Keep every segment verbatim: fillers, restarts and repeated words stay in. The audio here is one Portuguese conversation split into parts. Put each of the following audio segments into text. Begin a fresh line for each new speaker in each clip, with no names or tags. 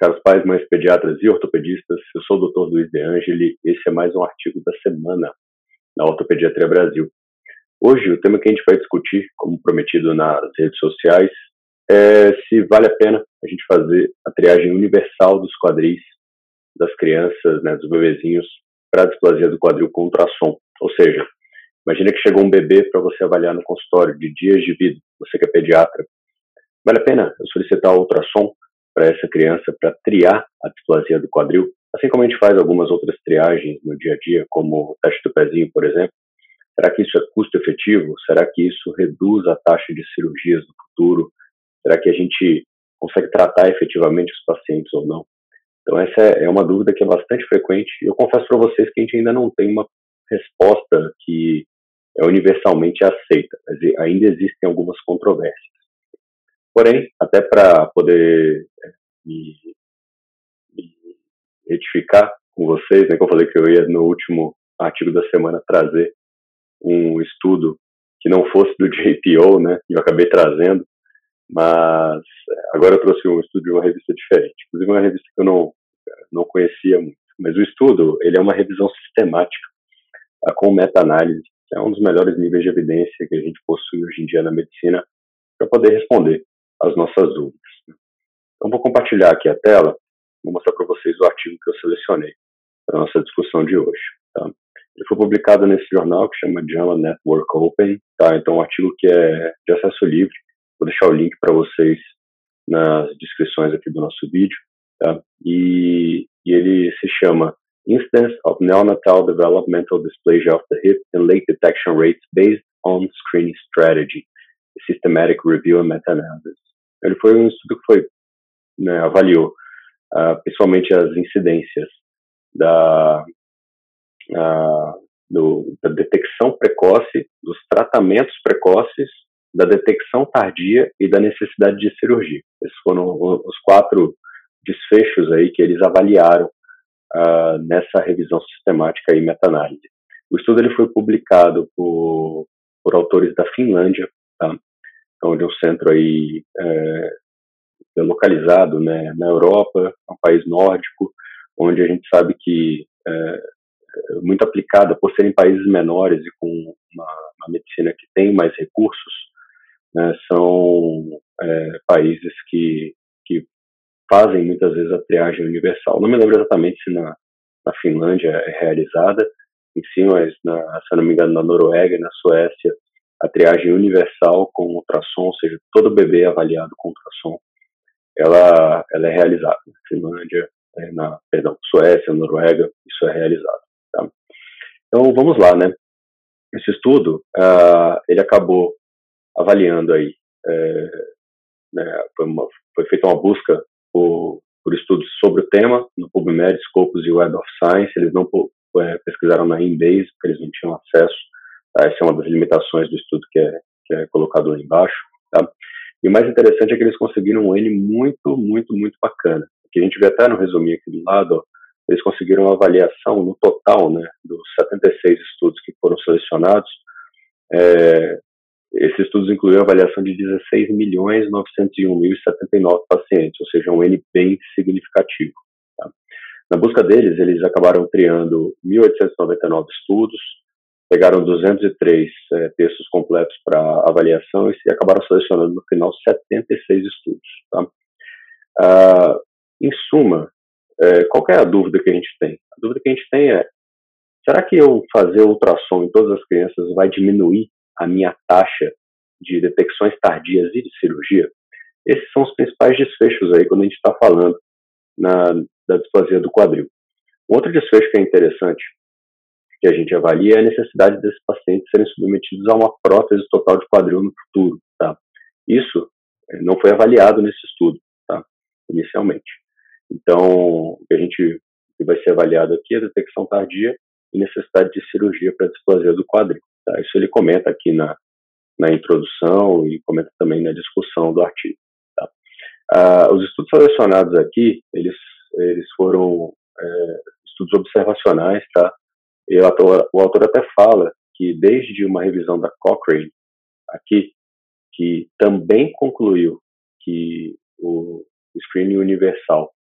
Caros pais, mães, pediatras e ortopedistas, eu sou o doutor Luiz De Angeli e esse é mais um artigo da semana na Ortopediatria Brasil. Hoje, o tema que a gente vai discutir, como prometido nas redes sociais, é se vale a pena a gente fazer a triagem universal dos quadris das crianças, né, dos bebezinhos, para a displasia do quadril com ultrassom. Ou seja, imagina que chegou um bebê para você avaliar no consultório de dias de vida, você que é pediatra. Vale a pena eu solicitar o ultrassom para essa criança para triar a displasia do quadril, assim como a gente faz algumas outras triagens no dia a dia, como o teste do pezinho, por exemplo. Será que isso é custo efetivo? Será que isso reduz a taxa de cirurgias no futuro? Será que a gente consegue tratar efetivamente os pacientes ou não? Então essa é uma dúvida que é bastante frequente e eu confesso para vocês que a gente ainda não tem uma resposta que é universalmente aceita, mas ainda existem algumas controvérsias. Porém, até para poder me, me retificar com vocês, né, que eu falei que eu ia no último artigo da semana trazer um estudo que não fosse do J P O, né, e eu acabei trazendo, mas agora eu trouxe um estudo de uma revista diferente, inclusive uma revista que eu não, não conhecia muito, mas o estudo, ele é uma revisão sistemática, tá, com meta-análise, que é um dos melhores níveis de evidência que a gente possui hoje em dia na medicina, para poder responder as nossas dúvidas. Então vou compartilhar aqui a tela, vou mostrar para vocês o artigo que eu selecionei para a nossa discussão de hoje. Tá? Ele foi publicado nesse jornal que chama JAMA Network Open, tá? Então é um artigo que é de acesso livre, vou deixar o link para vocês nas descrições aqui do nosso vídeo, tá? e, e ele se chama Instance of Neonatal Developmental Dysplasia of the Hip and Late Detection Rates Based on Screening Strategy, Systematic Review and Meta-Analysis. Ele foi um estudo que foi, né, avaliou uh, principalmente as incidências da, uh, do, da detecção precoce, dos tratamentos precoces, da detecção tardia e da necessidade de cirurgia. Esses foram os quatro desfechos aí que eles avaliaram uh, nessa revisão sistemática e meta-análise. O estudo ele foi publicado por, por autores da Finlândia, tá? Então, de um centro aí é, localizado, né, na Europa, um país nórdico, onde a gente sabe que é, é muito aplicada por serem países menores e com uma, uma medicina que tem mais recursos, né, são é, países que, que fazem muitas vezes a triagem universal. Não me lembro exatamente se na, na Finlândia é realizada, em si, mas na, se eu não me engano na Noruega e na Suécia a triagem universal com ultrassom, ou seja, todo bebê avaliado com ultrassom, ela, ela é realizada. Na Finlândia, é, na, perdão, Suécia, Noruega, isso é realizado. Tá? Então, vamos lá, né? Esse estudo, uh, ele acabou avaliando aí, é, né, foi, uma, foi feita uma busca por, por estudos sobre o tema, no PubMed, Scopus e Web of Science. Eles não é, pesquisaram na Embase, porque eles não tinham acesso. Tá? Essa é uma das limitações do estudo que é, que é colocado lá embaixo. Tá? E o mais interessante é que eles conseguiram um N muito, muito, muito bacana. Que a gente vê até no resuminho aqui do lado, ó, eles conseguiram uma avaliação no total, né, dos setenta e seis estudos que foram selecionados. É, esses estudos incluíam a avaliação de dezesseis milhões novecentos e um mil e setenta e nove pacientes, ou seja, um N bem significativo. Tá? Na busca deles, eles acabaram triando mil oitocentos e noventa e nove estudos, pegaram duzentos e três é, textos completos para avaliação e acabaram selecionando no final setenta e seis estudos. Tá? Ah, em suma, é, qual é a dúvida que a gente tem? A dúvida que a gente tem é, será que eu fazer ultrassom em todas as crianças vai diminuir a minha taxa de detecções tardias e de cirurgia? Esses são os principais desfechos aí quando a gente está falando na, da displasia do quadril. Um outro desfecho que é interessante que a gente avalia é a necessidade desses pacientes serem submetidos a uma prótese total de quadril no futuro. Tá? Isso não foi avaliado nesse estudo, tá? Inicialmente. Então, o que a gente que vai ser avaliado aqui é a detecção tardia e necessidade de cirurgia para a displasia do quadril. Tá? Isso ele comenta aqui na, na introdução e comenta também na discussão do artigo. Tá? Ah, os estudos selecionados aqui, eles, eles foram é, estudos observacionais, tá? E o autor, o autor até fala que desde uma revisão da Cochrane aqui, que também concluiu que o screening universal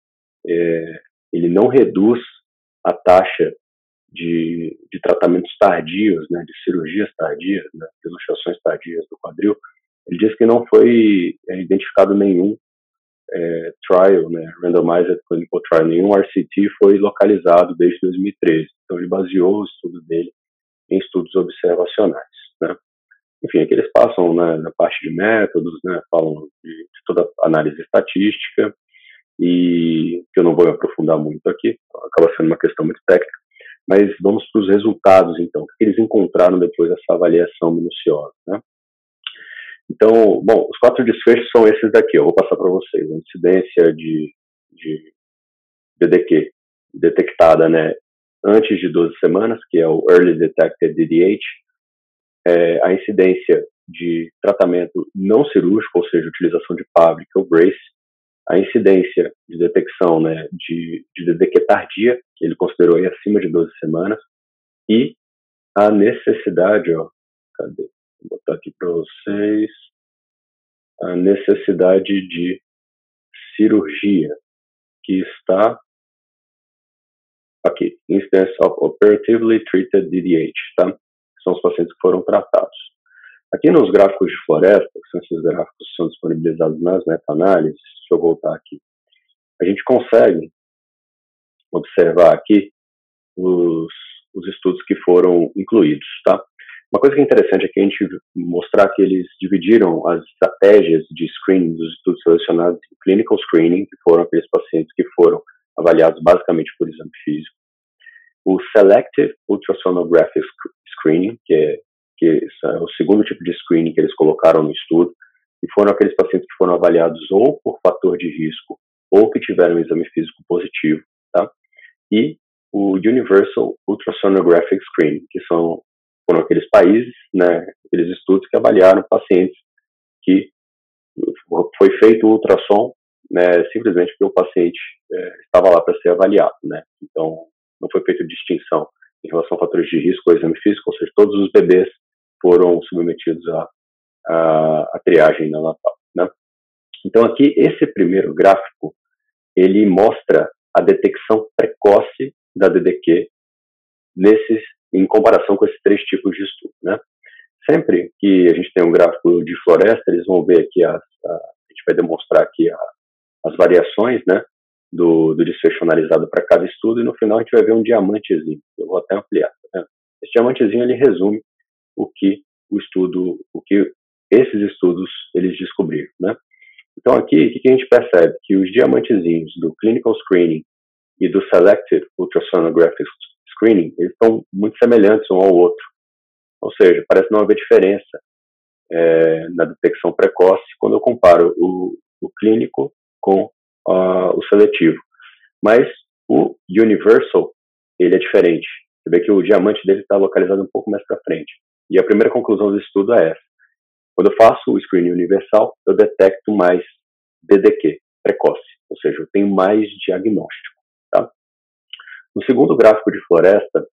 é, ele não reduz a taxa de, de tratamentos tardios, né, de cirurgias tardias, né, de luxações tardias do quadril. Ele diz que não foi é, identificado nenhum é, trial, né, randomized clinical trial, nenhum R C T foi localizado desde dois mil e treze. Então ele baseou o estudo dele em estudos observacionais, né. Enfim, aqui eles passam, né, na parte de métodos, né, falam de, de toda a análise estatística, e que eu não vou me aprofundar muito aqui, acaba sendo uma questão muito técnica, mas vamos para os resultados, então, o que eles encontraram depois dessa avaliação minuciosa, né? Então, bom, os quatro desfechos são esses daqui, eu vou passar para vocês. A incidência de, de D D Q detectada, né, antes de doze semanas, que é o Early Detected D D H, é, a incidência de tratamento não cirúrgico, ou seja, utilização de P A V, que é o brace, a incidência de detecção, né, de, de D D Q tardia, que ele considerou aí acima de doze semanas, e a necessidade, ó, cadê? Vou botar aqui para vocês, a necessidade de cirurgia, que está aqui, Instance of Operatively Treated D D H, tá? São os pacientes que foram tratados. Aqui nos gráficos de floresta, que são esses gráficos que são disponibilizados nas meta-análises, deixa eu voltar aqui, a gente consegue observar aqui os, os estudos que foram incluídos, tá? Uma coisa que é interessante aqui é a gente mostrar que eles dividiram as estratégias de screening dos estudos selecionados em clinical screening, que foram aqueles pacientes que foram avaliados basicamente por exame físico, o selective ultrasonographic screening, que é, que é o segundo tipo de screening que eles colocaram no estudo, e foram aqueles pacientes que foram avaliados ou por fator de risco ou que tiveram um exame físico positivo, tá? E o Universal Ultrasonographic Screening, que são, foram aqueles países, né, aqueles estudos que avaliaram pacientes que foi feito o ultrassom, né, simplesmente porque o paciente é, estava lá para ser avaliado, né? Então, não foi feita distinção em relação a fatores de risco ou exame físico, ou seja, todos os bebês foram submetidos à, à, à triagem neonatal, né? Então, aqui, esse primeiro gráfico, ele mostra a detecção precoce da D D Q nesses, em comparação com esses três tipos de estudo, né? Sempre que a gente tem um gráfico de floresta, eles vão ver aqui, as, a, a gente vai demonstrar aqui a, as variações, né, do, do desfecho analisado para cada estudo, e no final a gente vai ver um diamantezinho. Eu vou até ampliar, tá vendo? Esse diamantezinho, ele resume o que o estudo, o que esses estudos eles descobriram, né? Então aqui, o que a gente percebe? Que os diamantezinhos do Clinical Screening e do Selective Ultrasonographic Screening, eles estão muito semelhantes um ao outro. Ou seja, parece não haver diferença é, na detecção precoce quando eu comparo o, o clínico com uh, o seletivo. Mas o Universal, ele é diferente. Você vê que o diamante dele está localizado um pouco mais para frente. E a primeira conclusão do estudo é essa. Quando eu faço o screening universal, eu detecto mais D D Q precoce, ou seja, eu tenho mais diagnóstico, tá? No segundo gráfico de floresta,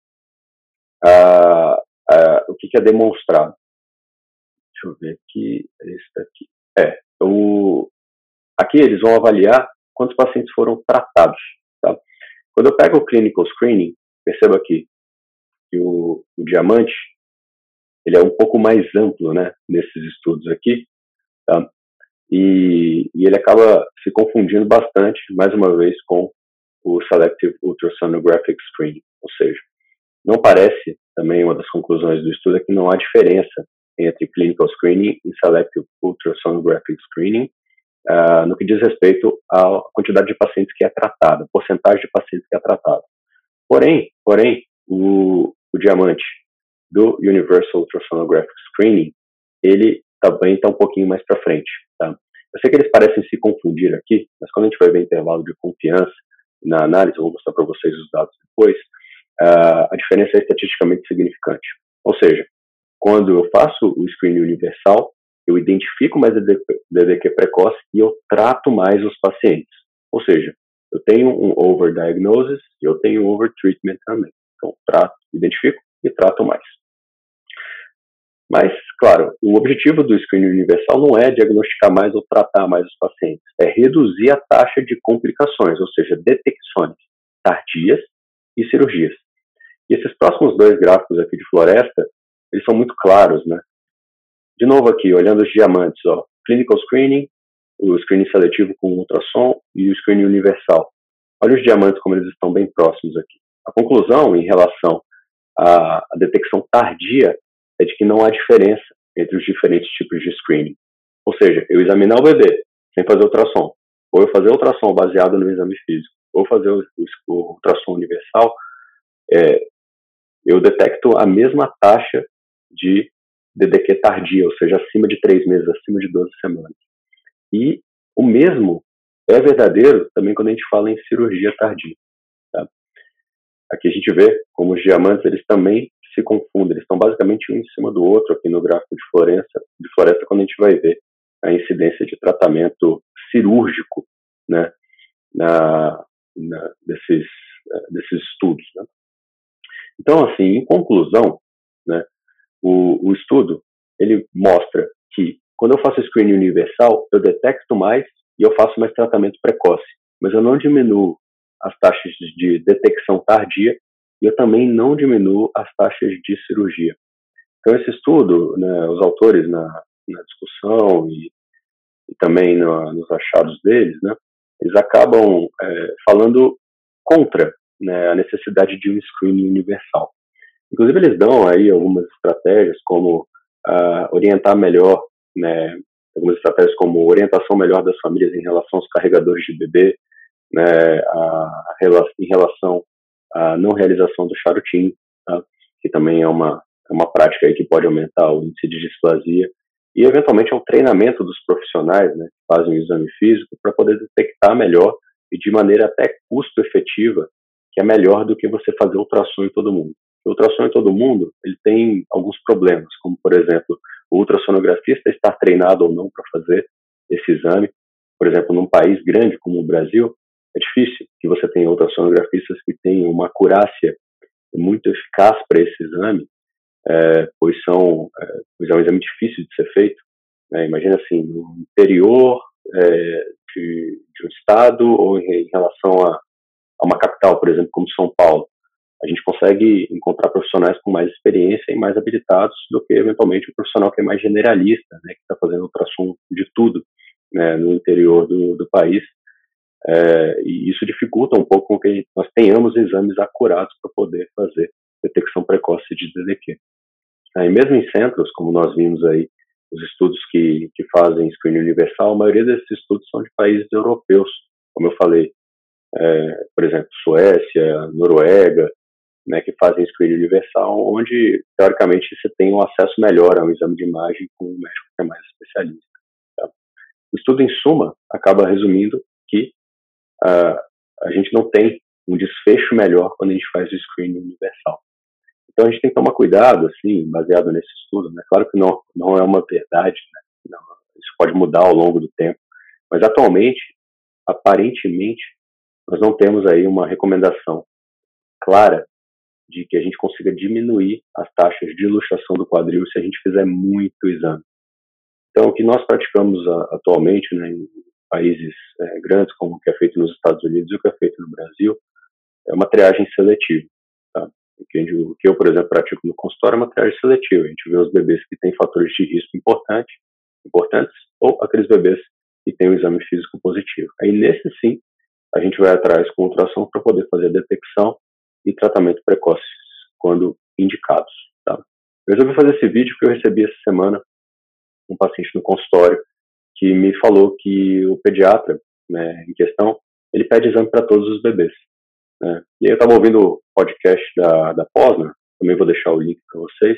ah, ah, o que, que é demonstrado? Deixa eu ver aqui, esse daqui. É, o, aqui eles vão avaliar quantos pacientes foram tratados, tá? Quando eu pego o clinical screening, perceba aqui que o, o diamante, ele é um pouco mais amplo, né, nesses estudos aqui, tá? E, e ele acaba se confundindo bastante, mais uma vez, com o Selective Ultrasonographic Screening, ou seja, não parece, também uma das conclusões do estudo é que não há diferença entre Clinical Screening e Selective Ultrasonographic Screening uh, no que diz respeito à quantidade de pacientes que é tratada, porcentagem de pacientes que é tratada. Porém, porém o, o diamante do Universal Ultrasonographic Screening, ele também está um pouquinho mais para frente, tá? Eu sei que eles parecem se confundir aqui, mas quando a gente vai ver intervalo de confiança na análise, eu vou mostrar para vocês os dados depois, uh, a diferença é estatisticamente significante. Ou seja, quando eu faço o screening universal, eu identifico mais D D Q precoce e eu trato mais os pacientes. Ou seja, eu tenho um overdiagnosis e eu tenho um overtreatment também. Então, trato, identifico e trato mais. Mas, claro, o objetivo do screening universal não é diagnosticar mais ou tratar mais os pacientes, é reduzir a taxa de complicações, ou seja, detecções tardias e cirurgias. E esses próximos dois gráficos aqui de Floresta, eles são muito claros, né? De novo aqui, olhando os diamantes, ó, clinical screening, o screening seletivo com ultrassom e o screening universal. Olha os diamantes como eles estão bem próximos aqui. A conclusão em relação à, à detecção tardia é de que não há diferença entre os diferentes tipos de screening. Ou seja, eu examinar o bebê sem fazer ultrassom, ou eu fazer ultrassom baseado no exame físico, ou fazer o, o, o ultrassom universal, é, eu detecto a mesma taxa de D D Q tardia, ou seja, acima de três meses, acima de doze semanas. E o mesmo é verdadeiro também quando a gente fala em cirurgia tardia. Tá? Aqui a gente vê como os diamantes eles também se confundem, eles estão basicamente um em cima do outro aqui no gráfico de Floresta, de Floresta quando a gente vai ver a incidência de tratamento cirúrgico, né, na, na, desses, desses estudos. Né? Então, assim, em conclusão, né, o, o estudo ele mostra que quando eu faço screening universal, eu detecto mais e eu faço mais tratamento precoce, mas eu não diminuo as taxas de detecção tardia e eu também não diminuo as taxas de cirurgia. Então, esse estudo, né, os autores na, na discussão e, e também no, nos achados deles, né, eles acabam é, falando contra, né, a necessidade de um screening universal. Inclusive, eles dão aí algumas estratégias como uh, orientar melhor, né, algumas estratégias como orientação melhor das famílias em relação aos carregadores de bebê, né, a, a, em relação à não realização do charutinho, tá, que também é uma, é uma prática aí que pode aumentar o índice de displasia, e eventualmente é um treinamento dos profissionais, né, que fazem o exame físico para poder detectar melhor e de maneira até custo efetiva, que é melhor do que você fazer ultrassom em todo mundo. O ultrassom em todo mundo, ele tem alguns problemas, como, por exemplo, o ultrassonografista estar treinado ou não para fazer esse exame. Por exemplo, num país grande como o Brasil, é difícil que você tenha ultrassonografistas que tenham uma acurácia muito eficaz para esse exame, é, pois, são, é, pois é um exame difícil de ser feito. Né? Imagina assim, no interior é, de, de um estado ou em, em relação a, a uma capital, por exemplo, como São Paulo. A gente consegue encontrar profissionais com mais experiência e mais habilitados do que, eventualmente, um profissional que é mais generalista, né, que está fazendo ultrassom de tudo, né, no interior do, do país. É, e isso dificulta um pouco com que nós tenhamos exames acurados para poder fazer detecção precoce de D D Q. Aí, mesmo em centros, como nós vimos aí, os estudos que, que fazem screening universal, a maioria desses estudos são de países europeus, como eu falei, é, por exemplo, Suécia, Noruega, né, que fazem screening universal, onde, teoricamente, você tem um acesso melhor a um exame de imagem com um médico que é mais especialista. Tá? O estudo, em suma, acaba resumindo que uh, a gente não tem um desfecho melhor quando a gente faz o screening universal. Então, a gente tem que tomar cuidado, assim, baseado nesse estudo. Né? Claro que não, não é uma verdade, né? Não, isso pode mudar ao longo do tempo, mas, atualmente, aparentemente, nós não temos aí uma recomendação clara de que a gente consiga diminuir as taxas de luxação do quadril se a gente fizer muito exame. Então, o que nós praticamos a, atualmente, né, em países é, grandes, como o que é feito nos Estados Unidos e o que é feito no Brasil, é uma triagem seletiva. Tá? O, que gente, o que eu, por exemplo, pratico no consultório é uma triagem seletiva. A gente vê os bebês que têm fatores de risco importante, importantes ou aqueles bebês que têm um exame físico positivo. Aí, nesse sim, a gente vai atrás com ultrassom para poder fazer a detecção e tratamento precoce, quando indicados. Tá? Eu resolvi fazer esse vídeo porque eu recebi essa semana um paciente no consultório que me falou que o pediatra, né, em questão, ele pede exame para todos os bebês. Né? E aí eu estava ouvindo o podcast da, da Posner, também vou deixar o link para vocês,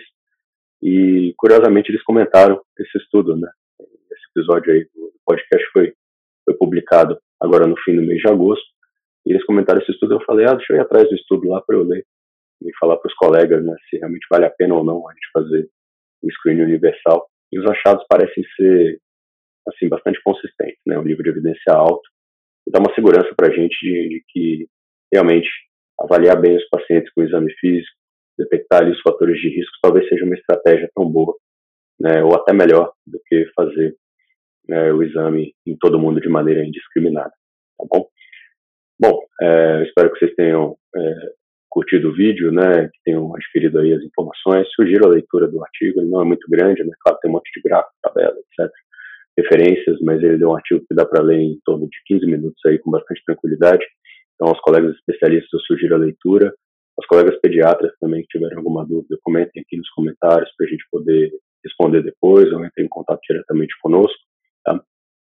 e curiosamente eles comentaram esse estudo, né? Esse episódio aí do podcast foi, foi publicado agora no fim do mês de agosto, e eles comentaram esse estudo. Eu falei, ah, deixa eu ir atrás do estudo lá para eu ler e falar para os colegas, né, se realmente vale a pena ou não a gente fazer o screening universal. E os achados parecem ser, assim, bastante consistentes, né, um nível de evidência alto, e dá uma segurança para a gente de, de que realmente avaliar bem os pacientes com o exame físico, detectar ali os fatores de risco, talvez seja uma estratégia tão boa né, ou até melhor do que fazer é, o exame em todo mundo de maneira indiscriminada, tá bom? Bom, é, espero que vocês tenham é, curtido o vídeo, né, que tenham adquirido aí as informações. Sugiro a leitura do artigo, ele não é muito grande, né, claro, tem um monte de gráfico, tabela, etcétera, referências, mas ele é um artigo que dá para ler em torno de quinze minutos aí com bastante tranquilidade. Então, aos colegas especialistas, eu sugiro a leitura. Aos colegas pediatras também que tiverem alguma dúvida, comentem aqui nos comentários para a gente poder responder depois ou entrem em contato diretamente conosco, tá?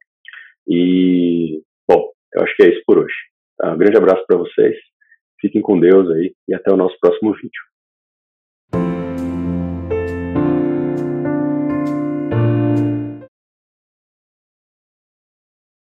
E, bom, eu acho que é isso por hoje. Tá? Um grande abraço para vocês, fiquem com Deus aí e até o nosso próximo vídeo.